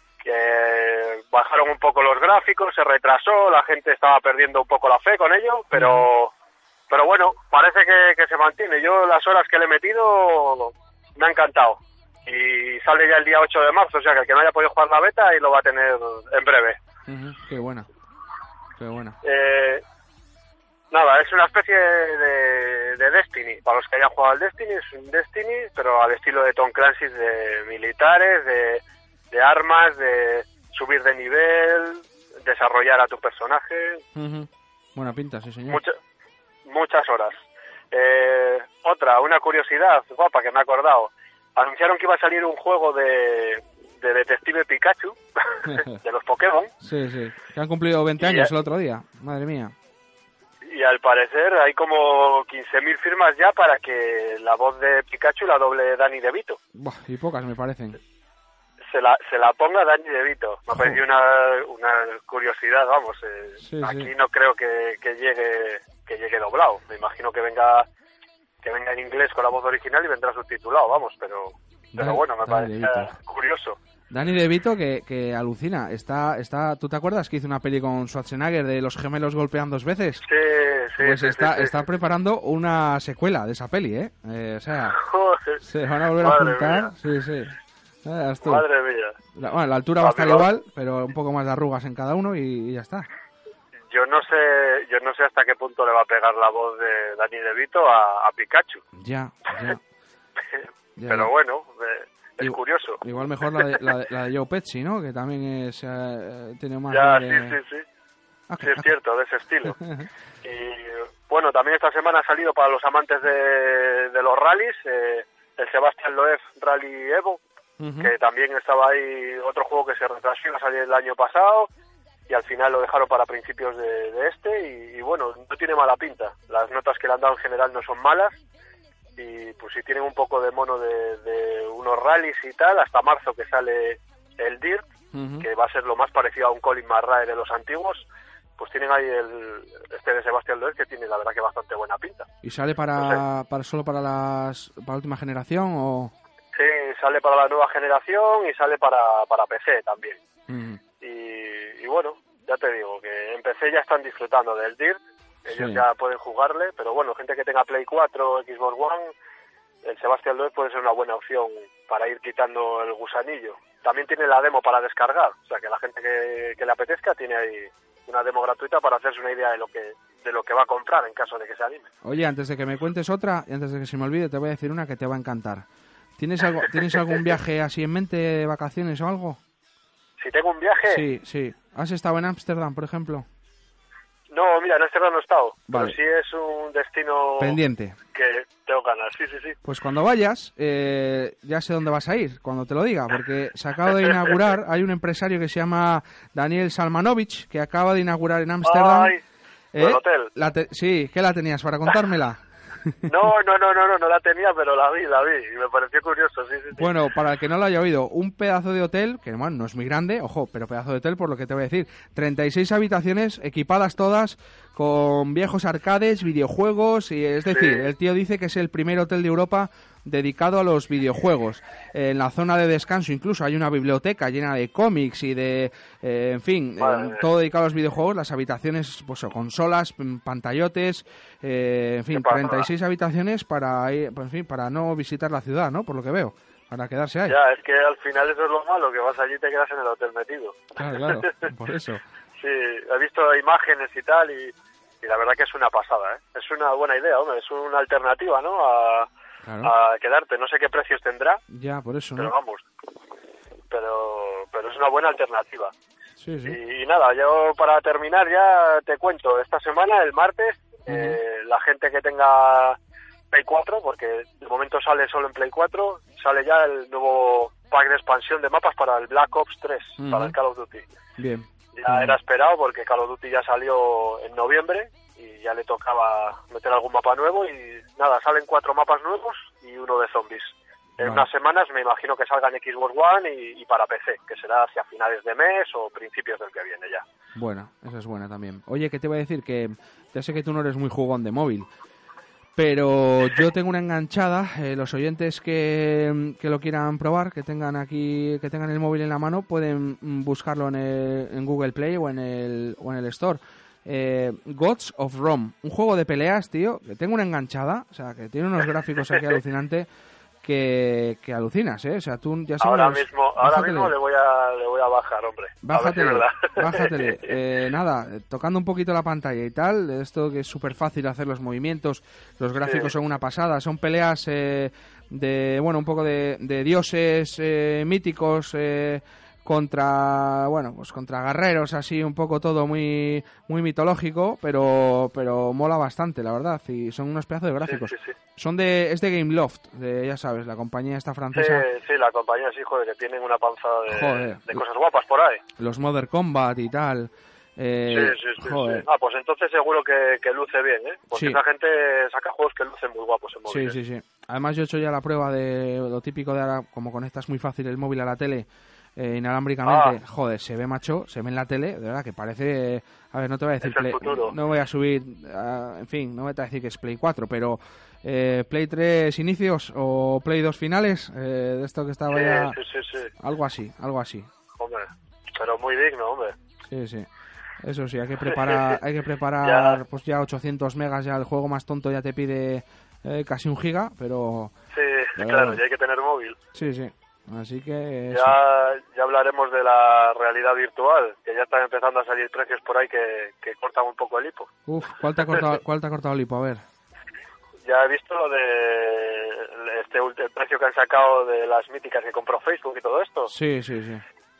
que bajaron un poco los gráficos, se retrasó, la gente estaba perdiendo un poco la fe con ello, pero uh-huh. pero bueno, parece que, que se mantiene. Yo las horas que le he metido me ha encantado. Y sale ya el día ocho de marzo, o sea que el que no haya podido jugar la beta y lo va a tener en breve. Uh-huh. Qué buena, qué buena. Eh, nada, es una especie de, de Destiny. Para los que hayan jugado al Destiny, es un Destiny, pero al estilo de Tom Clancy, de militares, de, de armas, de subir de nivel, desarrollar a tu personaje. Uh-huh. Buena pinta, sí señor. Mucha, muchas horas. Eh, otra, una curiosidad guapa que me he acordado. Anunciaron que iba a salir un juego de, de Detective Pikachu, de los Pokémon. Sí, sí, que han cumplido veinte años el otro día, madre mía. Y al parecer hay como quince mil firmas ya para que la voz de Pikachu la doble Danny DeVito. Buah, y pocas me parecen. Se la, se la ponga Danny DeVito. Me ha parecido una, una curiosidad, vamos. Eh, sí, aquí sí. no creo que, que llegue que llegue doblado. Me imagino que venga que venga en inglés con la voz original y vendrá subtitulado, vamos, pero pero Danny, bueno, me Danny parece DeVito. curioso. Danny DeVito que, que alucina. Está, está, ¿tú te acuerdas que hizo una peli con Schwarzenegger de los gemelos golpean dos veces? Sí, sí. Pues sí, está, sí, sí, está sí. preparando una secuela de esa peli, ¿eh? eh o sea, Joder. se van a volver Madre a juntar. mía. Sí, sí. Ya tú. Madre mía. La, bueno, la altura va a estar Papilón. igual, pero un poco más de arrugas en cada uno y, y ya está. Yo no sé, yo no sé hasta qué punto le va a pegar la voz de Danny DeVito a, a Pikachu. Ya, ya. ya Pero ya. bueno, eh, es Igual, curioso. Igual mejor la de, la de, la de Joe Pesci, ¿no? Que también es, eh, tiene más... Ya, de... sí, sí, sí. Ah, Sí, es ah. cierto, de ese estilo. Y bueno, también esta semana ha salido para los amantes de, de los rallies, eh, el Sebastián Loeb Rally Evo, Uh-huh. que también estaba ahí, otro juego que se retrasó, iba a salir el año pasado, y al final lo dejaron para principios de, de este, y, y bueno, no tiene mala pinta. Las notas que le han dado en general no son malas, y pues si tienen un poco de mono de, de unos rallies y tal, hasta marzo que sale el Dirt, Uh-huh. que va a ser lo más parecido a un Colin McRae de los antiguos, pues tienen ahí el este de Sebastián Loeb, que tiene la verdad que bastante buena pinta. ¿Y sale para, No sé. para solo para las para la última generación o...? Sí, sale para la nueva generación y sale para, para P C también. Uh-huh. Y, y bueno, ya te digo, que en P C ya están disfrutando del Dirt, ellos Sí. ya pueden jugarle, pero bueno, gente que tenga Play cuatro o Xbox One, el Sebastián Loeb puede ser una buena opción para ir quitando el gusanillo. También tiene la demo para descargar, o sea que la gente que, que le apetezca tiene ahí una demo gratuita para hacerse una idea de lo que de lo que va a comprar en caso de que se anime. Oye, antes de que me cuentes otra, y antes de que se me olvide, te voy a decir una que te va a encantar. ¿Tienes algo, ¿tienes algún viaje así en mente, de vacaciones o algo? Si tengo un viaje... Sí, sí. ¿Has estado en Ámsterdam, por ejemplo? No, mira, en este no he estado, Vale. pero sí es un destino... Pendiente. Que tengo ganas, sí, sí, sí. Pues cuando vayas, eh, ya sé dónde vas a ir, cuando te lo diga, porque se acaba de inaugurar, hay un empresario que se llama Daniel Salmanovich, que acaba de inaugurar en Ámsterdam... Ay, el hotel. La te- sí, ¿qué la tenías para contármela? No, no, no, no, no, no la tenía, pero la vi, la vi, y me pareció curioso, sí, sí, sí. Bueno, para el que no lo haya oído, un pedazo de hotel, que bueno, no es muy grande, ojo, pero pedazo de hotel por lo que te voy a decir, treinta y seis habitaciones, equipadas todas, con viejos arcades, videojuegos, y es decir, Sí. el tío dice que es el primer hotel de Europa dedicado a los videojuegos. En la zona de descanso incluso hay una biblioteca llena de cómics y de, eh, en fin, Madre eh, mía. todo dedicado a los videojuegos, las habitaciones, pues consolas, p- pantallotes, eh, en fin, Qué pasada. treinta y seis habitaciones para ir, pues, en fin, para no visitar la ciudad, ¿no? Por lo que veo, para quedarse ahí. Ya, es que al final eso es lo malo, que vas allí y te quedas en el hotel metido. Claro, claro, por eso. Sí, he visto imágenes y tal, y, y la verdad que es una pasada, ¿eh? Es una buena idea, hombre, es una alternativa, ¿no? A, claro. a quedarte. No sé qué precios tendrá. Ya, por eso, pero ¿no? vamos. Pero, pero es una buena alternativa. Sí, sí. Y, y nada, yo para terminar ya te cuento, esta semana, el martes, uh-huh. eh, la gente que tenga Play cuatro, porque de momento sale solo en Play cuatro, sale ya el nuevo pack de expansión de mapas para el Black Ops tres, uh-huh. para el Call of Duty. Bien. Ya uh-huh. era esperado porque Call of Duty ya salió en noviembre y ya le tocaba meter algún mapa nuevo y nada, salen cuatro mapas nuevos y uno de zombies. En vale. unas semanas me imagino que salga en Xbox One y, y para P C, que será hacia finales de mes o principios del que viene ya. Bueno, esa es buena también. Oye, ¿qué te iba a decir? Que ya sé que tú no eres muy jugón de móvil, pero yo tengo una enganchada. Eh, los oyentes que, que lo quieran probar, que tengan aquí, que tengan el móvil en la mano, pueden buscarlo en, el, en Google Play o en el, o en el Store. Eh, Gods of Rome, un juego de peleas, tío, que tengo una enganchada, o sea, que tiene unos gráficos aquí alucinantes. Que, que alucinas, ¿eh? O sea, tú ya sabes... Ahora mismo, ahora mismo le voy a le voy a bajar, hombre. Bájatele, a ver si es verdad. bájatele. Eh, nada, tocando un poquito la pantalla y tal, esto que es súper fácil hacer los movimientos, los gráficos sí. son una pasada, son peleas eh, de, bueno, un poco de, de dioses eh, míticos... Eh, contra, bueno, pues contra guerreros, así un poco todo muy muy mitológico, pero pero mola bastante, la verdad, y son unos pedazos de gráficos. Sí, sí, sí. Son de, es de Gameloft, de, ya sabes, la compañía esta francesa. Sí, sí, la compañía sí, joder, que tienen una panza de, joder. de cosas guapas por ahí. Los Modern Combat y tal. Eh, sí, sí, sí, joder. sí. Ah, pues entonces seguro que, que luce bien, ¿eh? Porque sí. esa gente saca juegos que lucen muy guapos en móvil. Sí, sí, sí. Además yo he hecho ya la prueba de lo típico de ahora, como conectas muy fácil el móvil a la tele, Eh, inalámbricamente, ah. joder, se ve, macho, se ve en la tele, de verdad, que parece, a ver, no te voy a decir Play, no voy a subir, uh, en fin, no me voy a decir que es Play cuatro, pero eh, Play tres inicios o Play dos finales, eh, de esto que estaba sí, ya, sí, sí, sí. algo así, algo así. Hombre, pero muy digno, hombre. Sí, sí. Eso sí, hay que preparar, hay que preparar, ya. pues ya ochocientos megas, ya el juego más tonto ya te pide eh, casi un giga, pero... Sí, pero, claro, ya hay que tener móvil. Sí, sí. Así que ya, ya hablaremos de la realidad virtual, que ya están empezando a salir precios por ahí que, que cortan un poco el hipo. Uf, ¿cuál te ha cortado, cuál te ha cortado el hipo? A ver. Ya he visto lo de este el precio que han sacado de las míticas que compró Facebook y todo esto. Sí, sí, sí.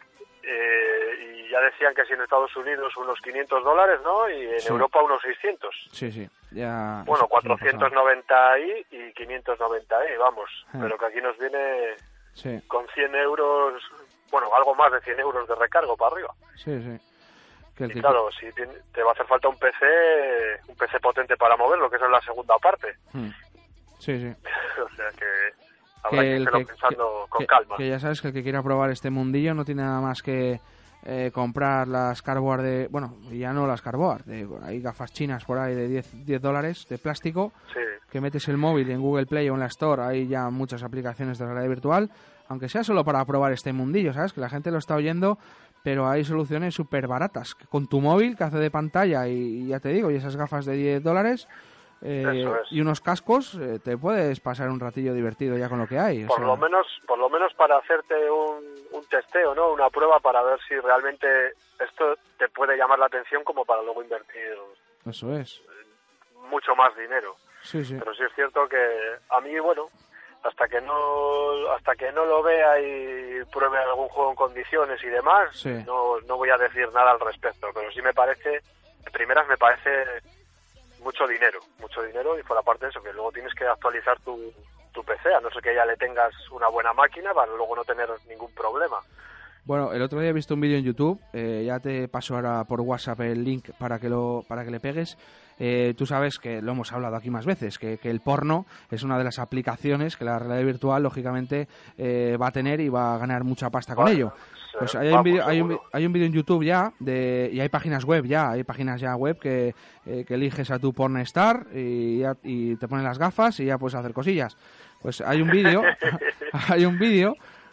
Eh, y ya decían que si en Estados Unidos unos quinientos dólares, ¿no? Y en sí. Europa unos seiscientos. Sí, sí. Ya, bueno, eso, cuatrocientos noventa i y quinientos noventa i, vamos. Eh. Pero que aquí nos viene... Sí. Con cien euros, bueno, algo más de cien euros de recargo para arriba. Sí, sí. Que el y que... claro, si te, te va a hacer falta un P C, un P C potente para moverlo, que eso es la segunda parte. Hmm. Sí, sí. O sea que habrá que, que irlo que, pensando que, con que, calma. Que ya sabes que el que quiera probar este mundillo no tiene nada más que eh, comprar las cardboard de... Bueno, ya no las cardboard, de, hay gafas chinas por ahí de diez dólares de plástico, sí. que metes el móvil en Google Play o en la Store, hay ya muchas aplicaciones de realidad virtual, aunque sea solo para probar este mundillo, ¿sabes? Que la gente lo está oyendo, pero hay soluciones súper baratas, que con tu móvil que hace de pantalla y, y ya te digo, y esas gafas de diez dólares... Eh, es. y unos cascos, eh, te puedes pasar un ratillo divertido ya con lo que hay. O por sea... lo menos, por lo menos para hacerte un, un testeo, ¿no? Una prueba para ver si realmente esto te puede llamar la atención como para luego invertir. Eso es. Mucho más dinero. Sí, sí. Pero sí es cierto que a mí, bueno, hasta que no, hasta que no lo vea y pruebe algún juego en condiciones y demás, sí. no, no voy a decir nada al respecto. Pero sí me parece, de primeras me parece mucho dinero, mucho dinero y por la parte de eso, que luego tienes que actualizar tu, tu P C, a no ser que ya le tengas una buena máquina para luego no tener ningún problema. Bueno, el otro día he visto un vídeo en YouTube, eh, ya te paso ahora por WhatsApp el link para que lo para que le pegues. Eh, tú sabes que lo hemos hablado aquí más veces, que, que el porno es una de las aplicaciones que la realidad virtual, lógicamente, eh, va a tener y va a ganar mucha pasta con bueno, ello. Pues hay un vídeo hay un, hay un vídeo en YouTube ya de y hay páginas web ya, hay páginas ya web que, eh, que eliges a tu pornstar y, ya, y te ponen las gafas y ya puedes hacer cosillas. Pues hay un vídeo, hay un vídeo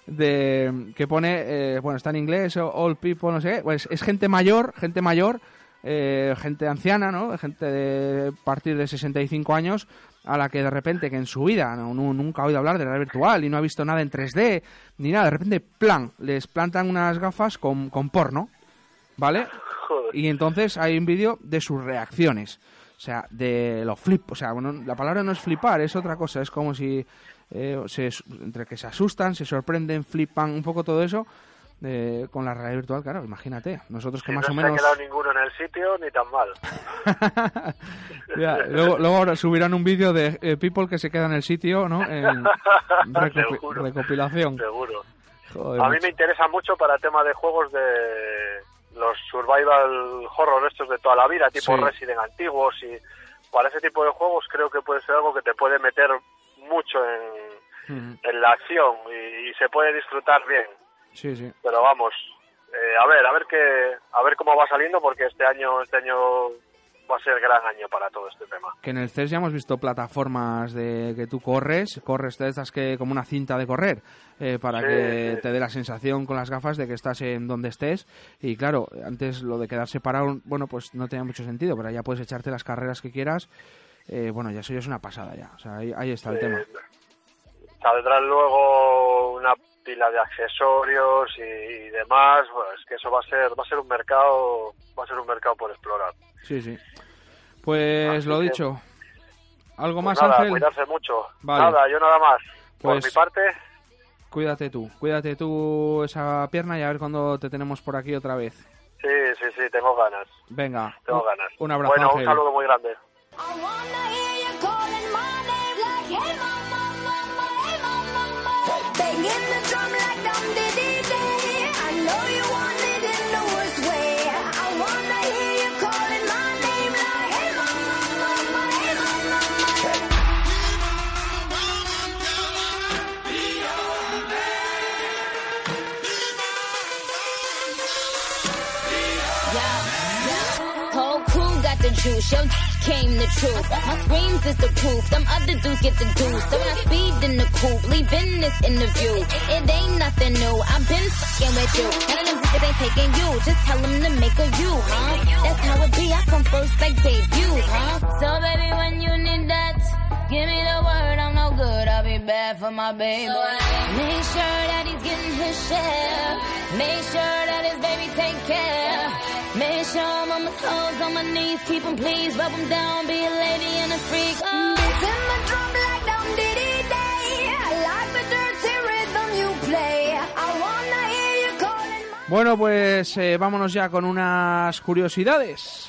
de que pone, eh, bueno, está en inglés, all people, no sé qué, pues es gente mayor, gente mayor, eh, gente anciana, ¿no? Gente de partir de sesenta y cinco años a la que de repente, que en su vida no, no, nunca ha oído hablar de realidad virtual y no ha visto nada en tres D ni nada, de repente, plan, les plantan unas gafas con, con porno ¿vale? Joder. Y entonces hay un vídeo de sus reacciones. O sea, de los flip, o sea, bueno, la palabra no es flipar, es otra cosa, es como si eh, se, entre que se asustan, se sorprenden, flipan, un poco todo eso, eh, con la realidad virtual, claro, imagínate, nosotros que Si más no o se menos... ha quedado ninguno en el sitio, ni tan mal. Ya, luego, luego ahora subirán un vídeo de eh, people que se queda en el sitio, ¿no? En recopi Seguro, recopilación. Seguro. Joder, A mí macho. me interesa mucho para tema de juegos de los survival horror estos de toda la vida, tipo Sí. Resident antiguos, y para ese tipo de juegos creo que puede ser algo que te puede meter mucho en, Mm. en la acción y, y se puede disfrutar bien. Sí, sí. Pero vamos, eh, a ver, a ver qué, a ver cómo va saliendo, porque este año, este año va a ser gran año para todo este tema. Que en el C E S ya hemos visto plataformas de que tú corres, corres de estas que como una cinta de correr, eh, para Sí, que sí. te dé la sensación con las gafas de que estás en donde estés. Y claro, antes lo de quedarse parado, bueno, pues no tenía mucho sentido, pero ya puedes echarte las carreras que quieras. Eh, bueno, ya eso ya es una pasada ya. O sea, ahí, ahí está el Eh, tema. Saldrán luego una pila de accesorios y, y demás. Bueno, es que eso va a ser, va a ser un mercado, va a ser un mercado por explorar. Sí, sí. Pues Así lo que- dicho. ¿Algo Pues más, nada, Ángel? cuidarse mucho. Vale. Nada, yo nada más. Por Pues- mi parte, Cuídate tú, cuídate tú esa pierna y a ver cuándo te tenemos por aquí otra vez. sí, sí, sí, tengo ganas. Venga, Tengo un, ganas. un abrazo, Bueno, Ángel. un saludo muy grande. Whole crew got the juice, yo came the truth. My screams is the proof, them other dudes get the deuce. So when I speed in the coupe, leaving this interview, it ain't nothing new. I've been fucking with you. None of them niggas ain't taking you, just tell them to make a you, huh? That's how it be, I come first like debuts, huh? So baby, when you need that, give me the word, I'm no good, I'll be bad for my baby. Make sure that he's getting his share. Make sure that his baby take care. Make sure I'm on my toes, on my knees, keep him please, rub him down, be a lady and a freak. Oh. Beats in the drum like dum diddy day. I like the dirty rhythm you play. I wanna hear you calling my Bueno, pues eh, vámonos ya con unas curiosidades.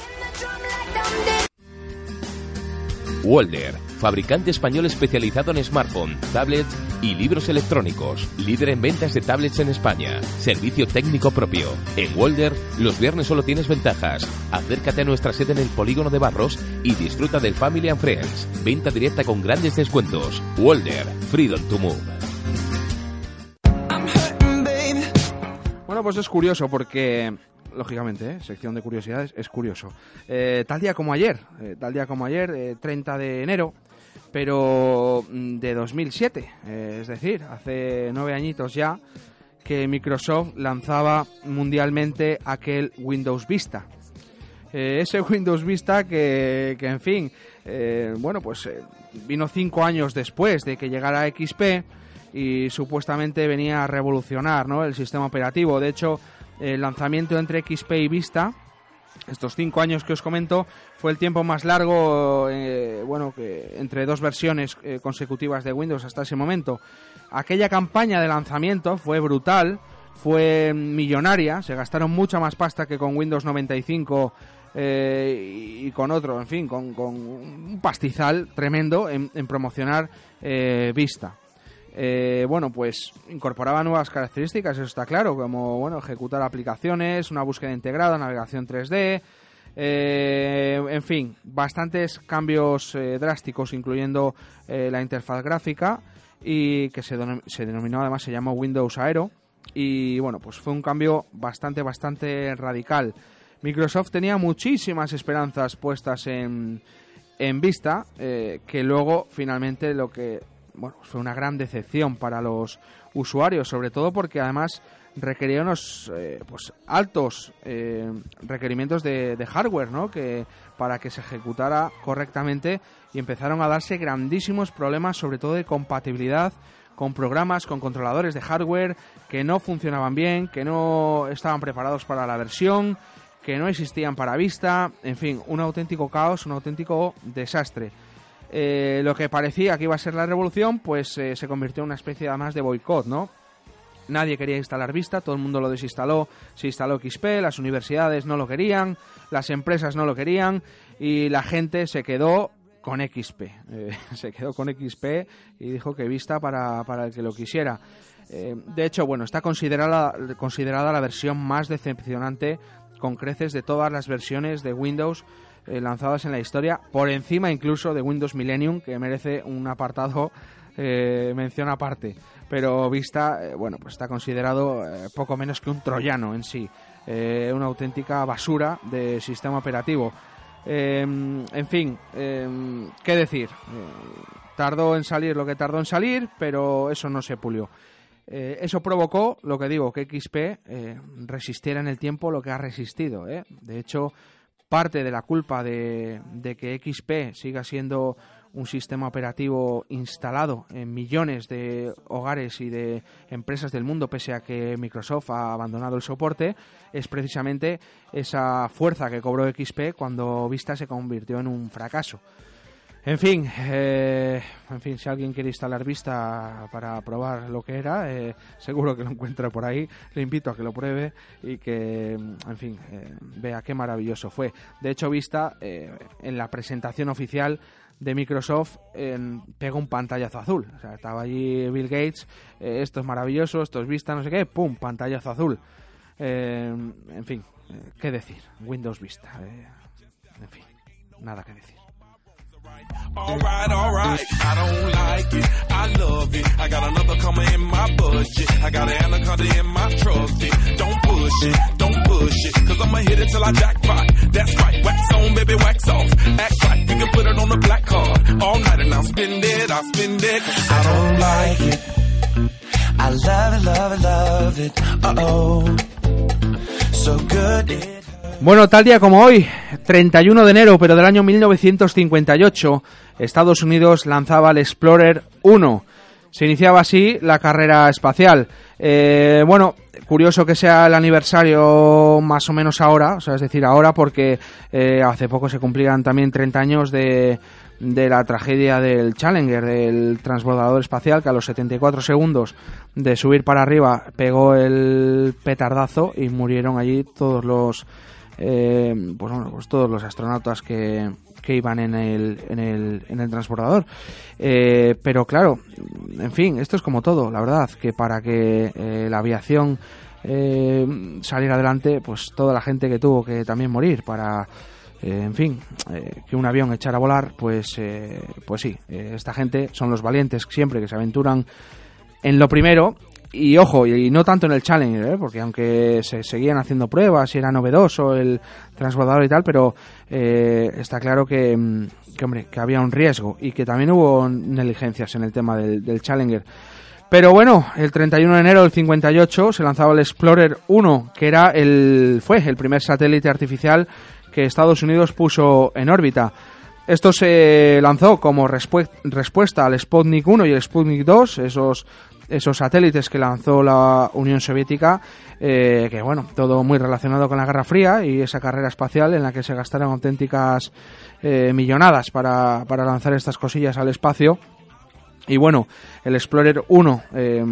Walder, fabricante español especializado en smartphone, tablets y libros electrónicos. Líder en ventas de tablets en España. Servicio técnico propio. En Walder, los viernes solo tienes ventajas. Acércate a nuestra sede en el Polígono de Barros y disfruta del Family and Friends. Venta directa con grandes descuentos. Walder, Freedom to Move. Bueno, pues es curioso porque, lógicamente, ¿eh? Sección de curiosidades, es curioso. Eh, tal día como ayer, eh, tal día como ayer, eh, treinta de enero, pero mm, de dos mil siete, eh, es decir, hace nueve añitos ya, que Microsoft lanzaba mundialmente aquel Windows Vista. Eh, ese Windows Vista que, que en fin, eh, bueno, pues eh, vino cinco años después de que llegara X P y supuestamente venía a revolucionar, ¿no?, el sistema operativo. De hecho, el lanzamiento entre X P y Vista, estos cinco años que os comento, fue el tiempo más largo, eh, bueno, que entre dos versiones eh, consecutivas de Windows hasta ese momento. Aquella campaña de lanzamiento fue brutal, fue millonaria, se gastaron mucha más pasta que con Windows noventa y cinco eh, y con otro, en fin, con, con un pastizal tremendo en, en promocionar eh, Vista. Eh, bueno, pues incorporaba nuevas características, eso está claro, como bueno, ejecutar aplicaciones, una búsqueda integrada, navegación tres D, eh, en fin, bastantes cambios eh, drásticos, incluyendo eh, la interfaz gráfica, y que se, denom- se denominó, además se llamó Windows Aero, y bueno, pues fue un cambio bastante, bastante radical. Microsoft tenía muchísimas esperanzas puestas en, en Vista, eh, que luego finalmente lo que bueno, fue una gran decepción para los usuarios, sobre todo porque además requería unos eh, pues altos eh, requerimientos de, de hardware, ¿no?, que para que se ejecutara correctamente, y empezaron a darse grandísimos problemas, sobre todo de compatibilidad con programas, con controladores de hardware que no funcionaban bien, que no estaban preparados para la versión, que no existían para Vista, en fin, un auténtico caos, un auténtico desastre. Eh, lo que parecía que iba a ser la revolución, pues eh, se convirtió en una especie además de boicot, ¿no? Nadie quería instalar Vista, todo el mundo lo desinstaló, se instaló X P, las universidades no lo querían, las empresas no lo querían y la gente se quedó con X P. Eh, se quedó con X P y dijo que Vista para, para el que lo quisiera. Eh, de hecho, bueno, está considerada, considerada la versión más decepcionante con creces de todas las versiones de Windows eh, lanzadas en la historia, por encima incluso de Windows Millennium, que merece un apartado, eh, mención aparte. Pero Vista, eh, bueno, pues está considerado eh, poco menos que un troyano en sí, eh, una auténtica basura de sistema operativo. Eh, en fin, eh, ¿qué decir? Eh, tardó en salir lo que tardó en salir, pero eso no se pulió. Eh, eso provocó, lo que digo, que X P eh, resistiera en el tiempo lo que ha resistido. ¿eh? De hecho, parte de la culpa de, de que X P siga siendo un sistema operativo instalado en millones de hogares y de empresas del mundo, pese a que Microsoft ha abandonado el soporte, es precisamente esa fuerza que cobró X P cuando Vista se convirtió en un fracaso. En fin, eh, en fin, si alguien quiere instalar Vista para probar lo que era, eh, seguro que lo encuentra por ahí. Le invito a que lo pruebe y que, en fin, eh, vea qué maravilloso fue. De hecho, Vista, eh, en la presentación oficial de Microsoft, eh, pegó un pantallazo azul. O sea, estaba allí Bill Gates, eh, esto es maravilloso, esto es Vista, no sé qué, pum, pantallazo azul. Eh, en fin, eh, qué decir, Windows Vista. Eh, en fin, nada que decir. Alright, alright, I don't like it, I love it, I got another coming in my budget, I got an anaconda in my trusty, don't push it, don't push it, cause I'ma hit it till I jackpot, that's right, wax on baby, wax off, act right, you can put it on the black card, all night and I'll spend it, I'll spend it, I don't like it, I love it, love it, love it, uh-oh, so good it. Bueno, tal día como hoy, treinta y uno de enero, pero del año mil novecientos cincuenta y ocho, Estados Unidos lanzaba el Explorer uno. Se iniciaba así la carrera espacial. Eh, bueno, curioso que sea el aniversario más o menos ahora, o sea, es decir, ahora porque eh, hace poco se cumplían también treinta años de, de la tragedia del Challenger, del transbordador espacial, que a los setenta y cuatro segundos de subir para arriba pegó el petardazo y murieron allí todos los... Eh, pues bueno, pues todos los astronautas que, que iban en el, en el, en el transbordador. Eh, pero claro, en fin, esto es como todo, la verdad, que para que eh, la aviación eh, saliera adelante, pues toda la gente que tuvo que también morir para, eh, en fin, eh, que un avión echara a volar, pues, eh, pues sí, eh, esta gente son los valientes siempre que se aventuran en lo primero. Y ojo, y no tanto en el Challenger, ¿eh? Porque aunque se seguían haciendo pruebas y era novedoso el transbordador y tal, pero eh, está claro que, que, hombre, que había un riesgo y que también hubo negligencias en el tema del, del Challenger. Pero bueno, el treinta y uno de enero del cincuenta y ocho se lanzaba el Explorer uno, que era el fue el primer satélite artificial que Estados Unidos puso en órbita. Esto se lanzó como respu- respuesta al Sputnik uno y el Sputnik dos, esos esos satélites que lanzó la Unión Soviética, eh, que bueno, todo muy relacionado con la Guerra Fría y esa carrera espacial en la que se gastaron auténticas eh, millonadas para, para lanzar estas cosillas al espacio. Y bueno, el Explorer uno eh,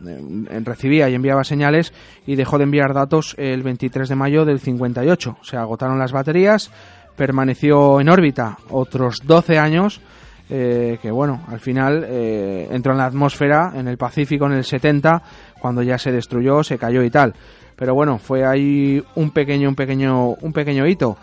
recibía y enviaba señales y dejó de enviar datos el veintitrés de mayo del cincuenta y ocho. Se agotaron las baterías, permaneció en órbita otros doce años. Eh, que bueno, al final eh, entró en la atmósfera en el Pacífico en el setenta, cuando ya se destruyó, se cayó y tal. Pero bueno, fue ahí un pequeño, un pequeño, un pequeño hito.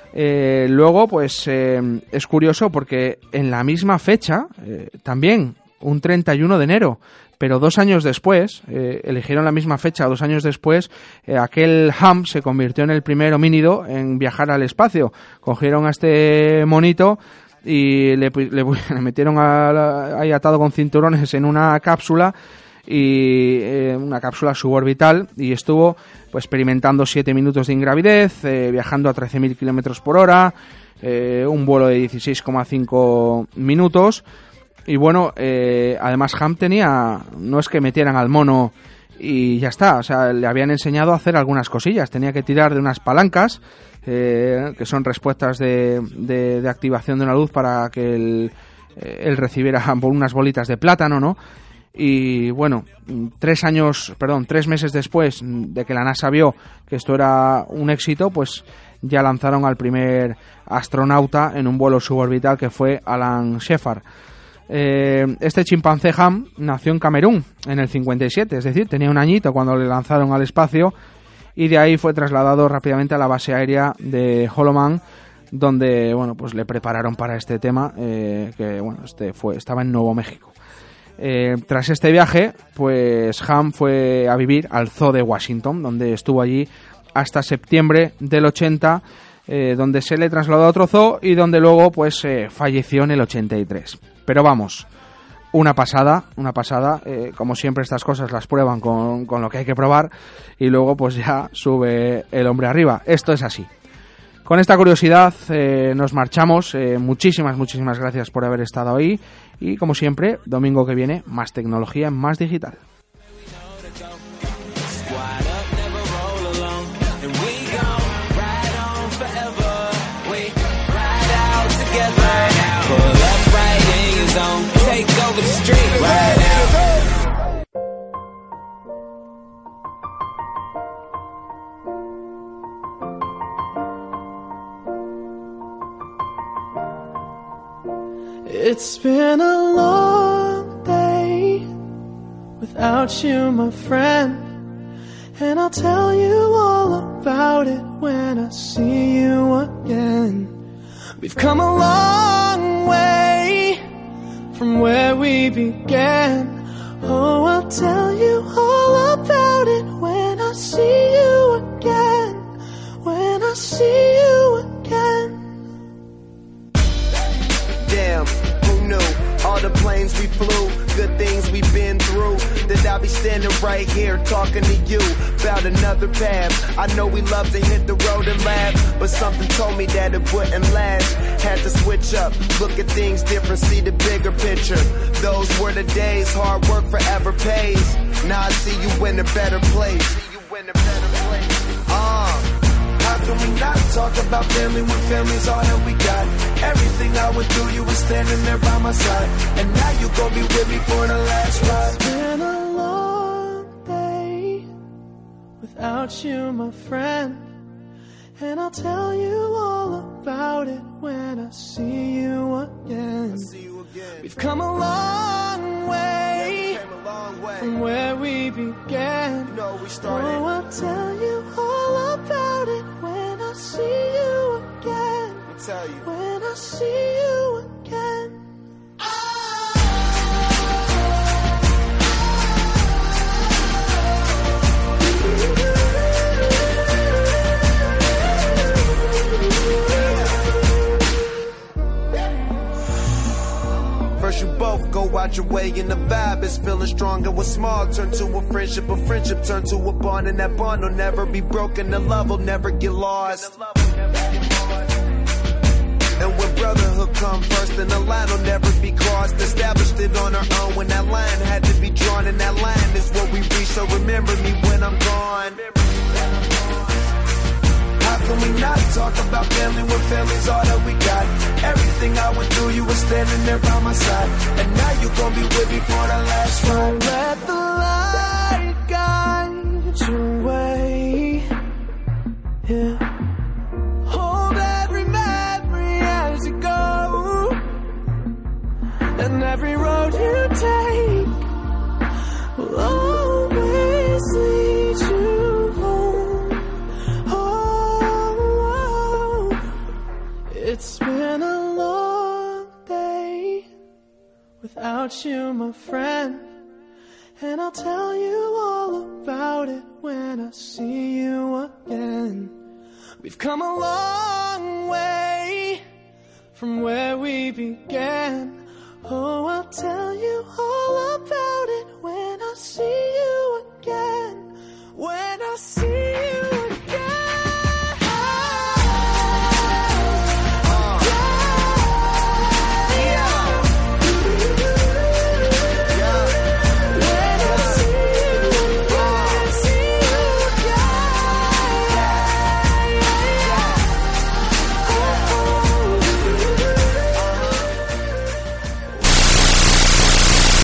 Eh, luego, pues eh, es curioso porque en la misma fecha, eh, también un treinta y uno de enero, pero dos años después, eh, eligieron la misma fecha, dos años después, eh, aquel Ham se convirtió en el primer homínido en viajar al espacio. Cogieron a este monito y le, le, le metieron a la, ahí atado con cinturones en una cápsula y eh, una cápsula suborbital, y estuvo pues experimentando siete minutos de ingravidez, eh, viajando a trece mil kilómetros por hora, eh, un vuelo de dieciséis coma cinco minutos, Y bueno, eh, además Ham tenía, no es que metieran al mono y ya está, o sea, le habían enseñado a hacer algunas cosillas, tenía que tirar de unas palancas, eh, que son respuestas de, de, de activación de una luz para que él, él recibiera unas bolitas de plátano, ¿no? Y bueno, tres años, perdón, tres meses después de que la NASA vio que esto era un éxito, pues ya lanzaron al primer astronauta en un vuelo suborbital, que fue Alan Shepard. Eh, este chimpancé Ham nació en Camerún en el cincuenta y siete, es decir, tenía un añito cuando le lanzaron al espacio, y de ahí fue trasladado rápidamente a la base aérea de Holloman, donde bueno, pues le prepararon para este tema, eh, que bueno, este fue estaba en Nuevo México. Eh, tras este viaje, pues Ham fue a vivir al Zoo de Washington, donde estuvo allí hasta septiembre del ochenta, eh, donde se le trasladó a otro zoo y donde luego pues eh, falleció en el ochenta y tres. Pero vamos, una pasada, una pasada, eh, como siempre estas cosas las prueban con, con lo que hay que probar y luego pues ya sube el hombre arriba. Esto es así. Con esta curiosidad eh, nos marchamos. Eh, muchísimas, muchísimas gracias por haber estado ahí. Y como siempre, domingo que viene, más tecnología en Más Digital. It's been a long day without you, my friend, and I'll tell you all about it when I see you again. We've come a long way from where we began. Oh, I'll tell you all about it when I see you again, when I see you again. Damn, who knew? All the planes we flew, good things we've been through. That I'll be standing right here talking to you about another path. I know we love to hit the road and laugh, but something told me that it wouldn't last. Had to switch up, look at things different, see the bigger picture. Those were the days, hard work forever pays. Now I see you in a better place. See you in a better place. Uh. How can we not talk about family when family's all that we got? Everything I went through, you were standing there by my side, and now you gon' be with me for the last ride. It's been a long day without you, my friend, and I'll tell you all about it when I see you again. See you again. We've come a long way, yeah, we came a long way from where we began. You know we started. Oh, I'll tell you all about it when I see you again. I'll tell you. When I see you again. First you both go out your way and the vibe is feeling stronger. What's small turn to a friendship, a friendship turn to a bond, and that bond will never be broken, the love will never get lost. And when brotherhood come first, then the line will never be crossed. Established it on our own when that line had to be drawn, and that line is what we reach, so remember me when I'm gone. How can we not talk about family when family's all that we got? Everything I went through, you were standing there by my side, and now you gon' be with me for the last ride. Let the light guide your way. Yeah. Hold every memory as you go, and every road you take will always lead you home. Oh, it's been a long day without you, my friend, and I'll tell you all about it when I see you again. We've come a long way from where we began. Oh, I'll tell you all about it when I see you